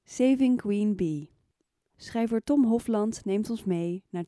Saving Queen Bee. Schrijver Tom Hofland neemt ons mee naar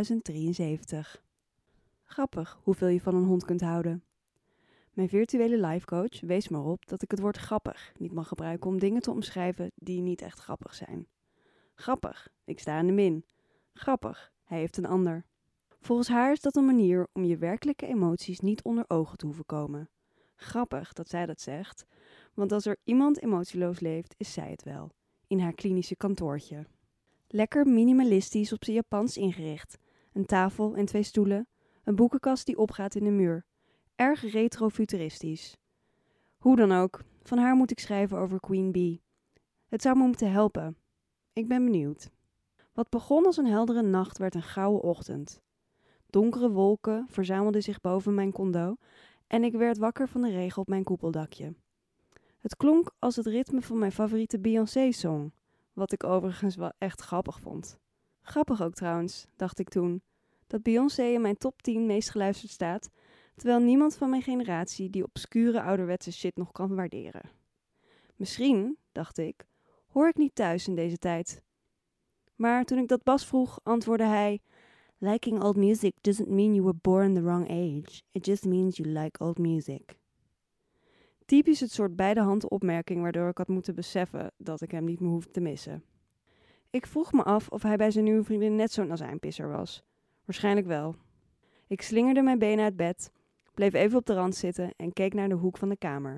2073. Grappig hoeveel je van een hond kunt houden. Mijn virtuele lifecoach wees me erop dat ik het woord grappig niet mag gebruiken om dingen te omschrijven die niet echt grappig zijn. Grappig, ik sta in de min. Grappig, hij heeft een ander. Volgens haar is dat een manier om je werkelijke emoties niet onder ogen te hoeven komen. Grappig dat zij dat zegt, want als er iemand emotieloos leeft, is zij het wel. In haar klinische kantoortje. Lekker minimalistisch op zijn Japans ingericht. Een tafel en 2 stoelen. Een boekenkast die opgaat in de muur. Erg retro-futuristisch. Hoe dan ook, van haar moet ik schrijven over Queen Bee. Het zou me moeten helpen. Ik ben benieuwd. Wat begon als een heldere nacht werd een grauwe ochtend. Donkere wolken verzamelden zich boven mijn condo en ik werd wakker van de regen op mijn koepeldakje. Het klonk als het ritme van mijn favoriete Beyoncé-song, wat ik overigens wel echt grappig vond. Grappig ook trouwens, dacht ik toen, dat Beyoncé in mijn top 10 meest geluisterd staat, terwijl niemand van mijn generatie die obscure ouderwetse shit nog kan waarderen. Misschien, dacht ik, hoor ik niet thuis in deze tijd. Maar toen ik dat Bas vroeg, antwoordde hij: Liking old music doesn't mean you were born the wrong age. It just means you like old music. Typisch het soort bij de hand opmerking waardoor ik had moeten beseffen dat ik hem niet meer hoefde te missen. Ik vroeg me af of hij bij zijn nieuwe vriendin net zo'n azijnpisser was. Waarschijnlijk wel. Ik slingerde mijn benen uit bed, bleef even op de rand zitten en keek naar de hoek van de kamer.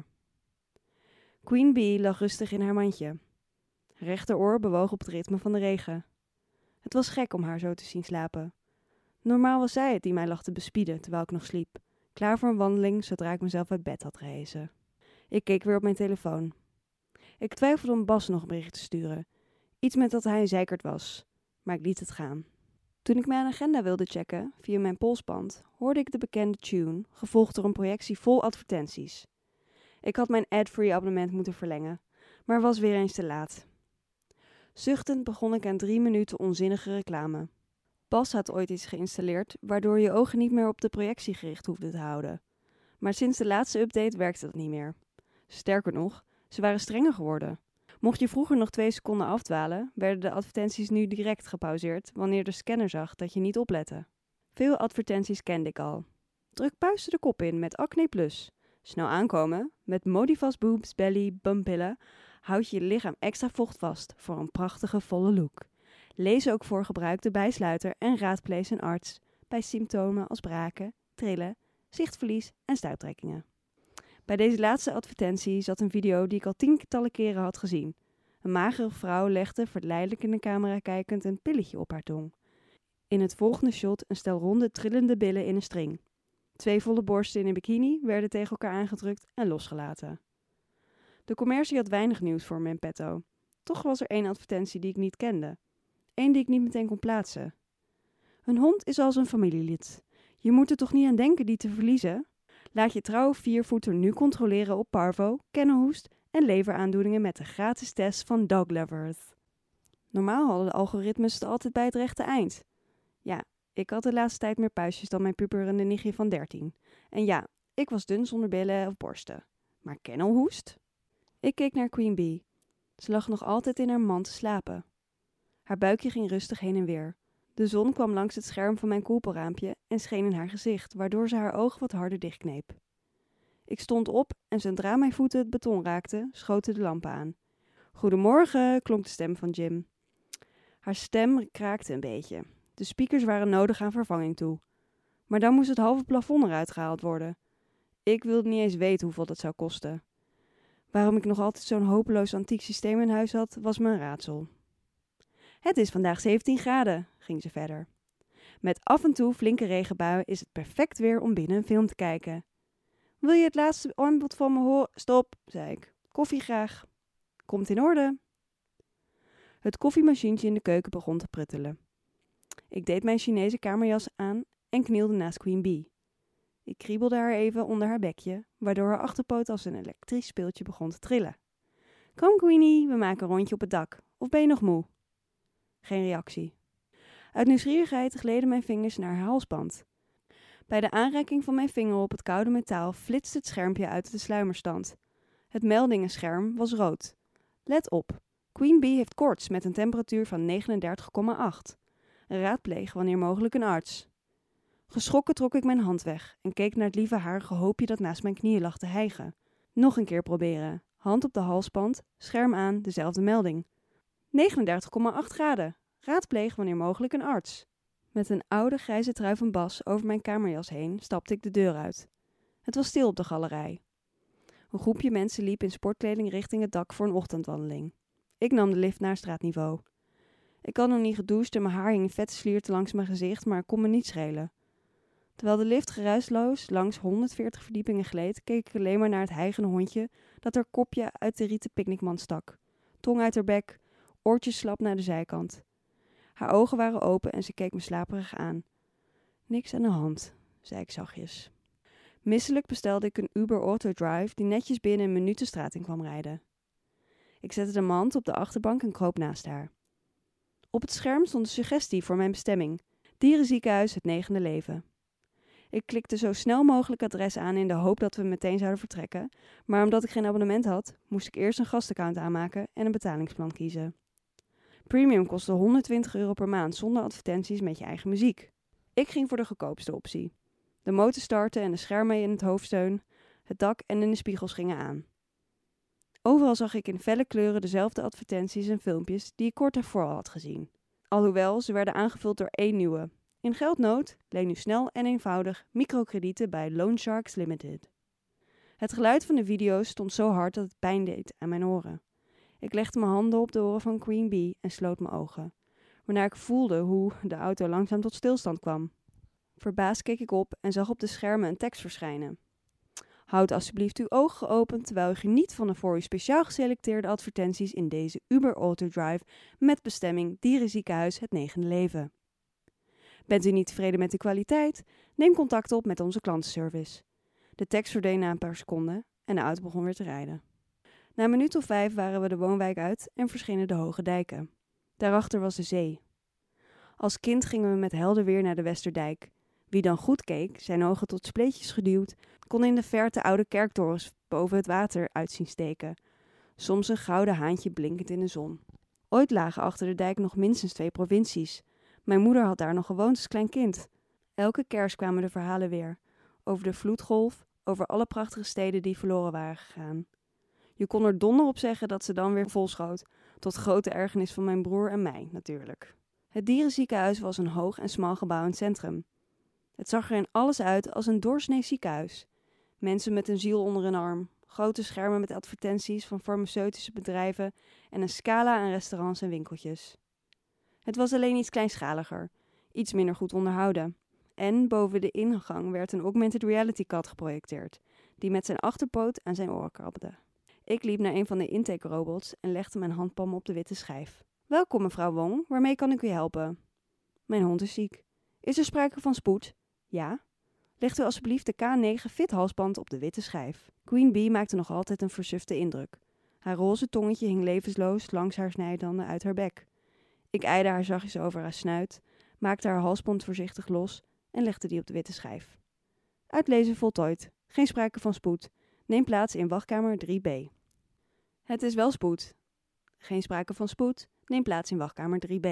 Queen Bee lag rustig in haar mandje. Haar rechteroor bewoog op het ritme van de regen. Het was gek om haar zo te zien slapen. Normaal was zij het die mij lag te bespieden terwijl ik nog sliep, klaar voor een wandeling zodra ik mezelf uit bed had gehezen. Ik keek weer op mijn telefoon. Ik twijfelde om Bas nog een bericht te sturen. Iets met dat hij een zeikert was, maar ik liet het gaan. Toen ik mijn agenda wilde checken, via mijn polsband, hoorde ik de bekende tune, gevolgd door een projectie vol advertenties. Ik had mijn ad-free abonnement moeten verlengen, maar was weer eens te laat. Zuchtend begon ik aan 3 minuten onzinnige reclame. Bas had ooit iets geïnstalleerd, waardoor je ogen niet meer op de projectie gericht hoefde te houden. Maar sinds de laatste update werkte dat niet meer. Sterker nog, ze waren strenger geworden. Mocht je vroeger nog 2 seconden afdwalen, werden de advertenties nu direct gepauzeerd wanneer de scanner zag dat je niet oplette. Veel advertenties kende ik al. Druk puisten de kop in met Acne Plus. Snel aankomen met Modifast Boobs, Belly, Bumpillen houd je lichaam extra vocht vast voor een prachtige volle look. Lees ook voor gebruik de bijsluiter en raadpleeg een arts bij symptomen als braken, trillen, zichtverlies en stuiptrekkingen. Bij deze laatste advertentie zat een video die ik al 10-tallen keren had gezien. Een magere vrouw legde, verleidelijk in de camera kijkend, een pilletje op haar tong. In het volgende shot een stel ronde, trillende billen in een string. 2 volle borsten in een bikini werden tegen elkaar aangedrukt en losgelaten. De commercie had weinig nieuws voor me in petto. Toch was er 1 advertentie die ik niet kende. 1 die ik niet meteen kon plaatsen. Een hond is als een familielid. Je moet er toch niet aan denken die te verliezen? Laat je trouwe 4-voeter nu controleren op parvo, kennenhoest en leveraandoeningen met de gratis test van Dog Lovers. Normaal hadden de algoritmes het altijd bij het rechte eind. Ja, ik had de laatste tijd meer puistjes dan mijn puberende nichtje van 13. En ja, ik was dun zonder billen of borsten. Maar kennelhoest? Ik keek naar Queen Bee. Ze lag nog altijd in haar mand te slapen. Haar buikje ging rustig heen en weer. De zon kwam langs het scherm van mijn koepelraampje en scheen in haar gezicht, waardoor ze haar ogen wat harder dichtkneep. Ik stond op en zodra mijn voeten het beton raakten, schoten de lampen aan. Goedemorgen, klonk de stem van Jim. Haar stem kraakte een beetje. De speakers waren nodig aan vervanging toe. Maar dan moest het halve plafond eruit gehaald worden. Ik wilde niet eens weten hoeveel dat zou kosten. Waarom ik nog altijd zo'n hopeloos antiek systeem in huis had, was me een raadsel. Het is vandaag 17 graden, ging ze verder. Met af en toe flinke regenbuien is het perfect weer om binnen een film te kijken. Wil je het laatste aanbod van me horen? Stop, zei ik. Koffie graag. Komt in orde. Het koffiemachientje in de keuken begon te pruttelen. Ik deed mijn Chinese kamerjas aan en knielde naast Queen Bee. Ik kriebelde haar even onder haar bekje, waardoor haar achterpoot als een elektrisch speeltje begon te trillen. Kom Queenie, we maken een rondje op het dak. Of ben je nog moe? Geen reactie. Uit nieuwsgierigheid gleden mijn vingers naar haar halsband. Bij de aanraking van mijn vinger op het koude metaal flitste het schermpje uit de sluimerstand. Het meldingenscherm was rood. Let op, Queen Bee heeft koorts met een temperatuur van 39,8. Raadpleeg wanneer mogelijk een arts. Geschrokken trok ik mijn hand weg en keek naar het lieve harige hoopje dat naast mijn knieën lag te hijgen. Nog een keer proberen. Hand op de halsband, scherm aan, dezelfde melding. 39,8 graden. Raadpleeg wanneer mogelijk een arts. Met een oude grijze trui van Bas over mijn kamerjas heen stapte ik de deur uit. Het was stil op de galerij. Een groepje mensen liep in sportkleding richting het dak voor een ochtendwandeling. Ik nam de lift naar straatniveau. Ik had nog niet gedoucht en mijn haar hing in vette slierten langs mijn gezicht, maar het kon me niet schelen. Terwijl de lift geruisloos langs 140 verdiepingen gleed, keek ik alleen maar naar het hijgende hondje dat haar kopje uit de rieten picknickmand stak. Tong uit haar bek, oortjes slap naar de zijkant. Haar ogen waren open en ze keek me slaperig aan. Niks aan de hand, zei ik zachtjes. Misselijk bestelde ik een Uber Autodrive die netjes binnen een minuut de straat in kwam rijden. Ik zette de mand op de achterbank en kroop naast haar. Op het scherm stond een suggestie voor mijn bestemming. Dierenziekenhuis Het Negende Leven. Ik klikte zo snel mogelijk adres aan in de hoop dat we meteen zouden vertrekken, maar omdat ik geen abonnement had, moest ik eerst een gastaccount aanmaken en een betalingsplan kiezen. Premium kostte €120 per maand zonder advertenties met je eigen muziek. Ik ging voor de goedkoopste optie. De motor startte en de schermen in het hoofdsteun, het dak en in de spiegels gingen aan. Overal zag ik in felle kleuren dezelfde advertenties en filmpjes die ik kort daarvoor al had gezien. Alhoewel, ze werden aangevuld door één nieuwe. In geldnood, leen nu snel en eenvoudig microkredieten bij Loan Sharks Limited. Het geluid van de video's stond zo hard dat het pijn deed aan mijn oren. Ik legde mijn handen op de oren van Queen Bee en sloot mijn ogen, waarna ik voelde hoe de auto langzaam tot stilstand kwam. Verbaasd keek ik op en zag op de schermen een tekst verschijnen. Houd alsjeblieft uw ogen geopend terwijl u geniet van de voor u speciaal geselecteerde advertenties in deze Uber Autodrive met bestemming Dierenziekenhuis Het Negende Leven. Bent u niet tevreden met de kwaliteit? Neem contact op met onze klantenservice. De tekst verdween na een paar seconden en de auto begon weer te rijden. Na een minuut of 5 waren we de woonwijk uit en verschenen de hoge dijken. Daarachter was de zee. Als kind gingen we met helder weer naar de Westerdijk. Wie dan goed keek, zijn ogen tot spleetjes geduwd, kon in de verte oude kerktorens boven het water uit zien steken. Soms een gouden haantje blinkend in de zon. Ooit lagen achter de dijk nog minstens 2 provincies. Mijn moeder had daar nog gewoond als klein kind. Elke kerst kwamen de verhalen weer. Over de vloedgolf, over alle prachtige steden die verloren waren gegaan. Je kon er donder op zeggen dat ze dan weer volschoot, tot grote ergernis van mijn broer en mij natuurlijk. Het dierenziekenhuis was een hoog en smal gebouw in het centrum. Het zag er in alles uit als een doorsnee ziekenhuis. Mensen met een ziel onder hun arm, grote schermen met advertenties van farmaceutische bedrijven en een scala aan restaurants en winkeltjes. Het was alleen iets kleinschaliger, iets minder goed onderhouden. En boven de ingang werd een augmented reality kat geprojecteerd, die met zijn achterpoot aan zijn oren krabbelde. Ik liep naar een van de intake robots en legde mijn handpalm op de witte schijf. Welkom mevrouw Wong, waarmee kan ik u helpen? Mijn hond is ziek. Is er sprake van spoed? Ja. Legt u alsjeblieft de K9 Fit halsband op de witte schijf. Queen Bee maakte nog altijd een versufte indruk. Haar roze tongetje hing levensloos langs haar snijtanden uit haar bek. Ik ijde haar zachtjes over haar snuit, maakte haar halsband voorzichtig los en legde die op de witte schijf. Uitlezen voltooid. Geen sprake van spoed. Neem plaats in wachtkamer 3B. Het is wel spoed. Geen sprake van spoed. Neem plaats in wachtkamer 3B.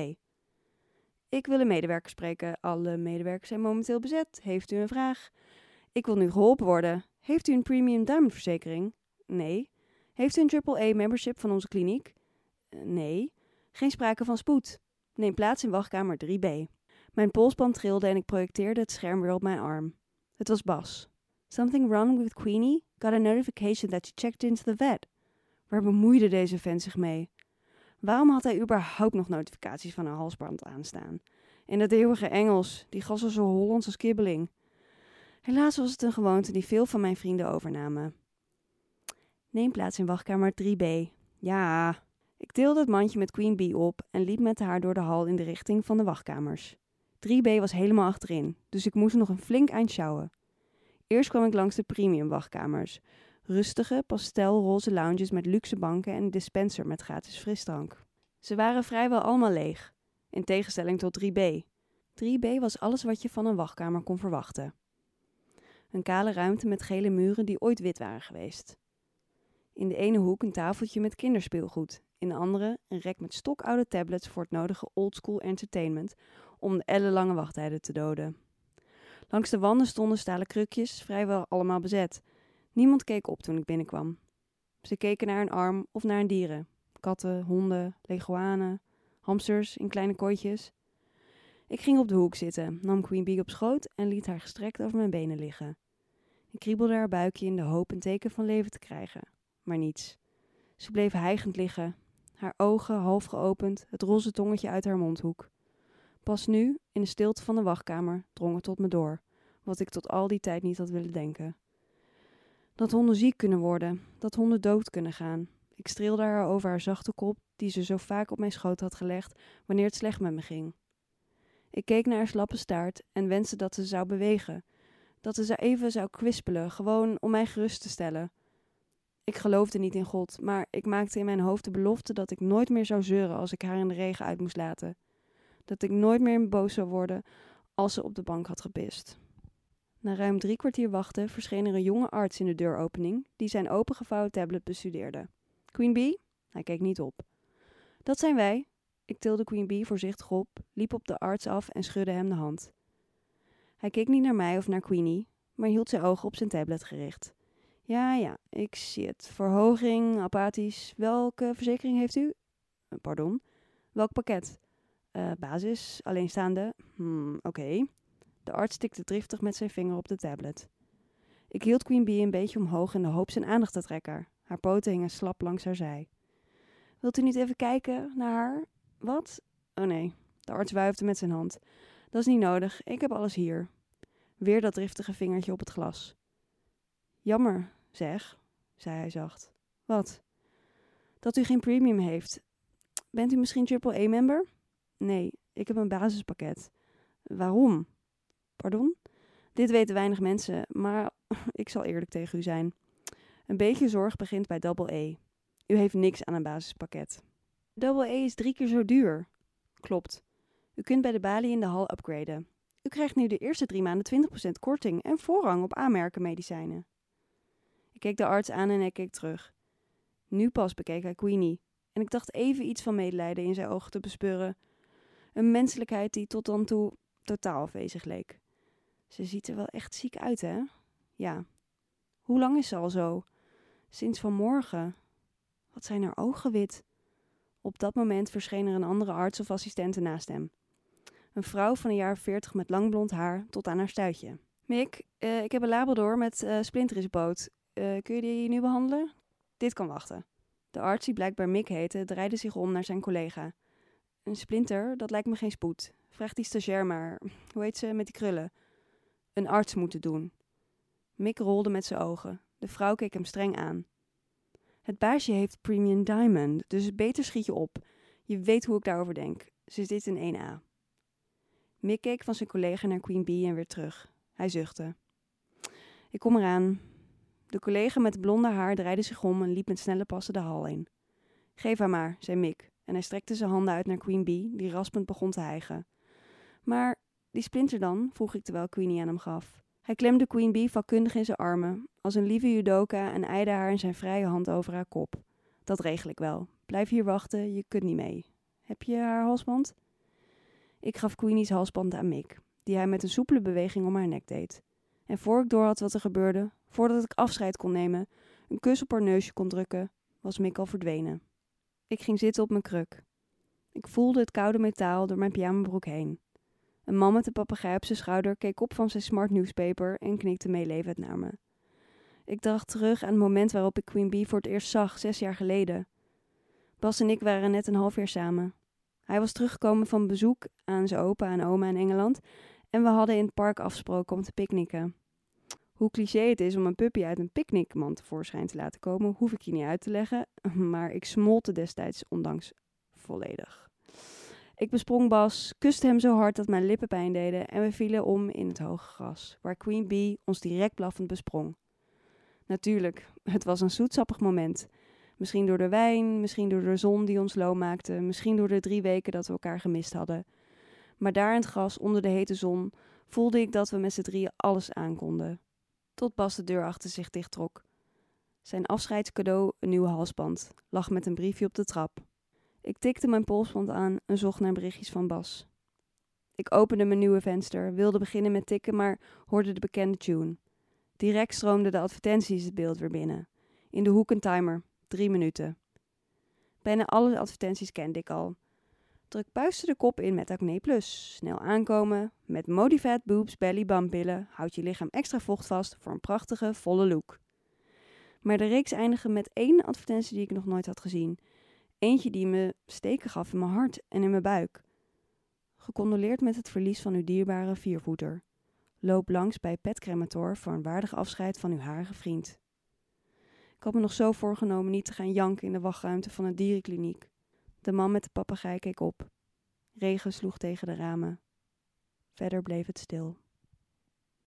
Ik wil een medewerker spreken. Alle medewerkers zijn momenteel bezet. Heeft u een vraag? Ik wil nu geholpen worden. Heeft u een Premium Diamond verzekering? Nee. Heeft u een AAA membership van onze kliniek? Nee. Geen sprake van spoed. Neem plaats in wachtkamer 3B. Mijn polsband trilde en ik projecteerde het scherm weer op mijn arm. Het was Bas. Something wrong with Queenie? Got a notification that you checked into the vet. Waar bemoeide deze vent zich mee? Waarom had hij überhaupt nog notificaties van haar halsband aanstaan? In dat eeuwige Engels, die gas was zo Hollands als kibbeling. Helaas was het een gewoonte die veel van mijn vrienden overnamen. Neem plaats in wachtkamer 3B. Ja. Ik tilde het mandje met Queen Bee op en liep met haar door de hal in de richting van de wachtkamers. 3B was helemaal achterin, dus ik moest nog een flink eind sjouwen. Eerst kwam ik langs de premium wachtkamers. Rustige, pastelroze lounges met luxe banken en een dispenser met gratis frisdrank. Ze waren vrijwel allemaal leeg, in tegenstelling tot 3B. 3B was alles wat je van een wachtkamer kon verwachten. Een kale ruimte met gele muren die ooit wit waren geweest. In de ene hoek een tafeltje met kinderspeelgoed. In de andere een rek met stokoude tablets voor het nodige oldschool entertainment om de ellenlange wachttijden te doden. Langs de wanden stonden stalen krukjes, vrijwel allemaal bezet. Niemand keek op toen ik binnenkwam. Ze keken naar een arm of naar een dieren. Katten, honden, leguanen, hamsters in kleine kooitjes. Ik ging op de hoek zitten, nam Queen Bee op schoot en liet haar gestrekt over mijn benen liggen. Ik kriebelde haar buikje in de hoop een teken van leven te krijgen, maar niets. Ze bleef hijgend liggen, haar ogen half geopend, het roze tongetje uit haar mondhoek. Pas nu, in de stilte van de wachtkamer, drong het tot me door, wat ik tot al die tijd niet had willen denken. Dat honden ziek kunnen worden, dat honden dood kunnen gaan. Ik streelde haar over haar zachte kop, die ze zo vaak op mijn schoot had gelegd wanneer het slecht met me ging. Ik keek naar haar slappe staart en wenste dat ze zou bewegen, dat ze even zou kwispelen, gewoon om mij gerust te stellen. Ik geloofde niet in God, maar ik maakte in mijn hoofd de belofte dat ik nooit meer zou zeuren als ik haar in de regen uit moest laten. Dat ik nooit meer boos zou worden als ze op de bank had gepist. Na ruim 3 kwartier wachten verscheen er een jonge arts in de deuropening die zijn opengevouwen tablet bestudeerde. Queen Bee? Hij keek niet op. Dat zijn wij. Ik tilde Queen Bee voorzichtig op, liep op de arts af en schudde hem de hand. Hij keek niet naar mij of naar Queenie, maar hield zijn ogen op zijn tablet gericht. Ja, ik zie het. Verhoging, apathisch. Welke verzekering heeft u? Pardon. Welk pakket? Basis, alleenstaande. Oké. De arts tikte driftig met zijn vinger op de tablet. Ik hield Queen Bee een beetje omhoog in de hoop zijn aandacht te trekken. Haar poten hingen slap langs haar zij. Wilt u niet even kijken naar haar? Wat? Oh nee. De arts wuifde met zijn hand. Dat is niet nodig. Ik heb alles hier. Weer dat driftige vingertje op het glas. Jammer, zeg, zei hij zacht. Wat? Dat u geen premium heeft. Bent u misschien AAA-member? Nee, ik heb een basispakket. Waarom? Pardon? Dit weten weinig mensen, maar ik zal eerlijk tegen u zijn. Een beetje zorg begint bij AA. U heeft niks aan een basispakket. AA is 3 keer zo duur. Klopt. U kunt bij de balie in de hal upgraden. U krijgt nu de eerste 3 maanden 20% korting en voorrang op aanmerkenmedicijnen. Ik keek de arts aan en hij keek terug. Nu pas bekeek hij Queenie en ik dacht even iets van medelijden in zijn ogen te bespeuren. Een menselijkheid die tot dan toe totaal afwezig leek. Ze ziet er wel echt ziek uit, hè? Ja. Hoe lang is ze al zo? Sinds vanmorgen. Wat zijn haar ogen wit? Op dat moment verscheen er een andere arts of assistente naast hem. Een vrouw van een jaar 40 met lang blond haar tot aan haar stuitje. Mick, ik heb een labrador met splinter in zijn poot. Kun je die nu behandelen? Dit kan wachten. De arts, die blijkbaar Mick heette, draaide zich om naar zijn collega. Een splinter, dat lijkt me geen spoed. Vraag die stagiair maar. Hoe heet ze met die krullen? Een arts moet het doen. Mick rolde met zijn ogen. De vrouw keek hem streng aan. Het baasje heeft Premium Diamond, dus beter schiet je op. Je weet hoe ik daarover denk. Ze zit in 1A. Mick keek van zijn collega naar Queen Bee en weer terug. Hij zuchtte. Ik kom eraan. De collega met het blonde haar draaide zich om en liep met snelle passen de hal in. Geef haar maar, zei Mick, en hij strekte zijn handen uit naar Queen Bee, die raspend begon te hijgen. Maar die splinter dan? Vroeg ik terwijl Queenie aan hem gaf. Hij klemde Queen Bee vakkundig in zijn armen, als een lieve judoka en eide haar in zijn vrije hand over haar kop. Dat regel ik wel. Blijf hier wachten, je kunt niet mee. Heb je haar halsband? Ik gaf Queenie's halsband aan Mick, die hij met een soepele beweging om haar nek deed. En voor ik doorhad wat er gebeurde, voordat ik afscheid kon nemen, een kus op haar neusje kon drukken, was Mick al verdwenen. Ik ging zitten op mijn kruk. Ik voelde het koude metaal door mijn pyjamabroek heen. Een man met een papegaai op zijn schouder keek op van zijn smart newspaper en knikte meelevend naar me. Ik dacht terug aan het moment waarop ik Queen Bee voor het eerst zag, 6 jaar geleden. Bas en ik waren net een half jaar samen. Hij was teruggekomen van bezoek aan zijn opa en oma in Engeland en we hadden in het park afgesproken om te picknicken. Hoe cliché het is om een puppy uit een picknickmand tevoorschijn te laten komen, hoef ik je niet uit te leggen, maar ik smolte destijds ondanks volledig. Ik besprong Bas, kuste hem zo hard dat mijn lippen pijn deden en we vielen om in het hoge gras, waar Queen Bee ons direct blaffend besprong. Natuurlijk, het was een zoetsappig moment. Misschien door de wijn, misschien door de zon die ons loom maakte, misschien door de 3 weken dat we elkaar gemist hadden. Maar daar in het gras, onder de hete zon, voelde ik dat we met z'n drieën alles aankonden. Tot Bas de deur achter zich dichttrok. Zijn afscheidscadeau, een nieuwe halsband, lag met een briefje op de trap. Ik tikte mijn polsband aan en zocht naar berichtjes van Bas. Ik opende mijn nieuwe venster, wilde beginnen met tikken, maar hoorde de bekende tune. Direct stroomden de advertenties het beeld weer binnen. In de hoek een timer, 3 minuten. Bijna alle advertenties kende ik al. Druk puiste de kop in met Acne Plus. Snel aankomen, met Modifat Boobs Belly Bump pillen houdt je lichaam extra vocht vast voor een prachtige, volle look. Maar de reeks eindigde met 1 advertentie die ik nog nooit had gezien. Eentje die me steken gaf in mijn hart en in mijn buik. Gecondoleerd met het verlies van uw dierbare viervoeter. Loop langs bij Pet Cremator voor een waardig afscheid van uw harige vriend. Ik had me nog zo voorgenomen niet te gaan janken in de wachtruimte van een dierenkliniek. De man met de papegaai keek op. Regen sloeg tegen de ramen. Verder bleef het stil.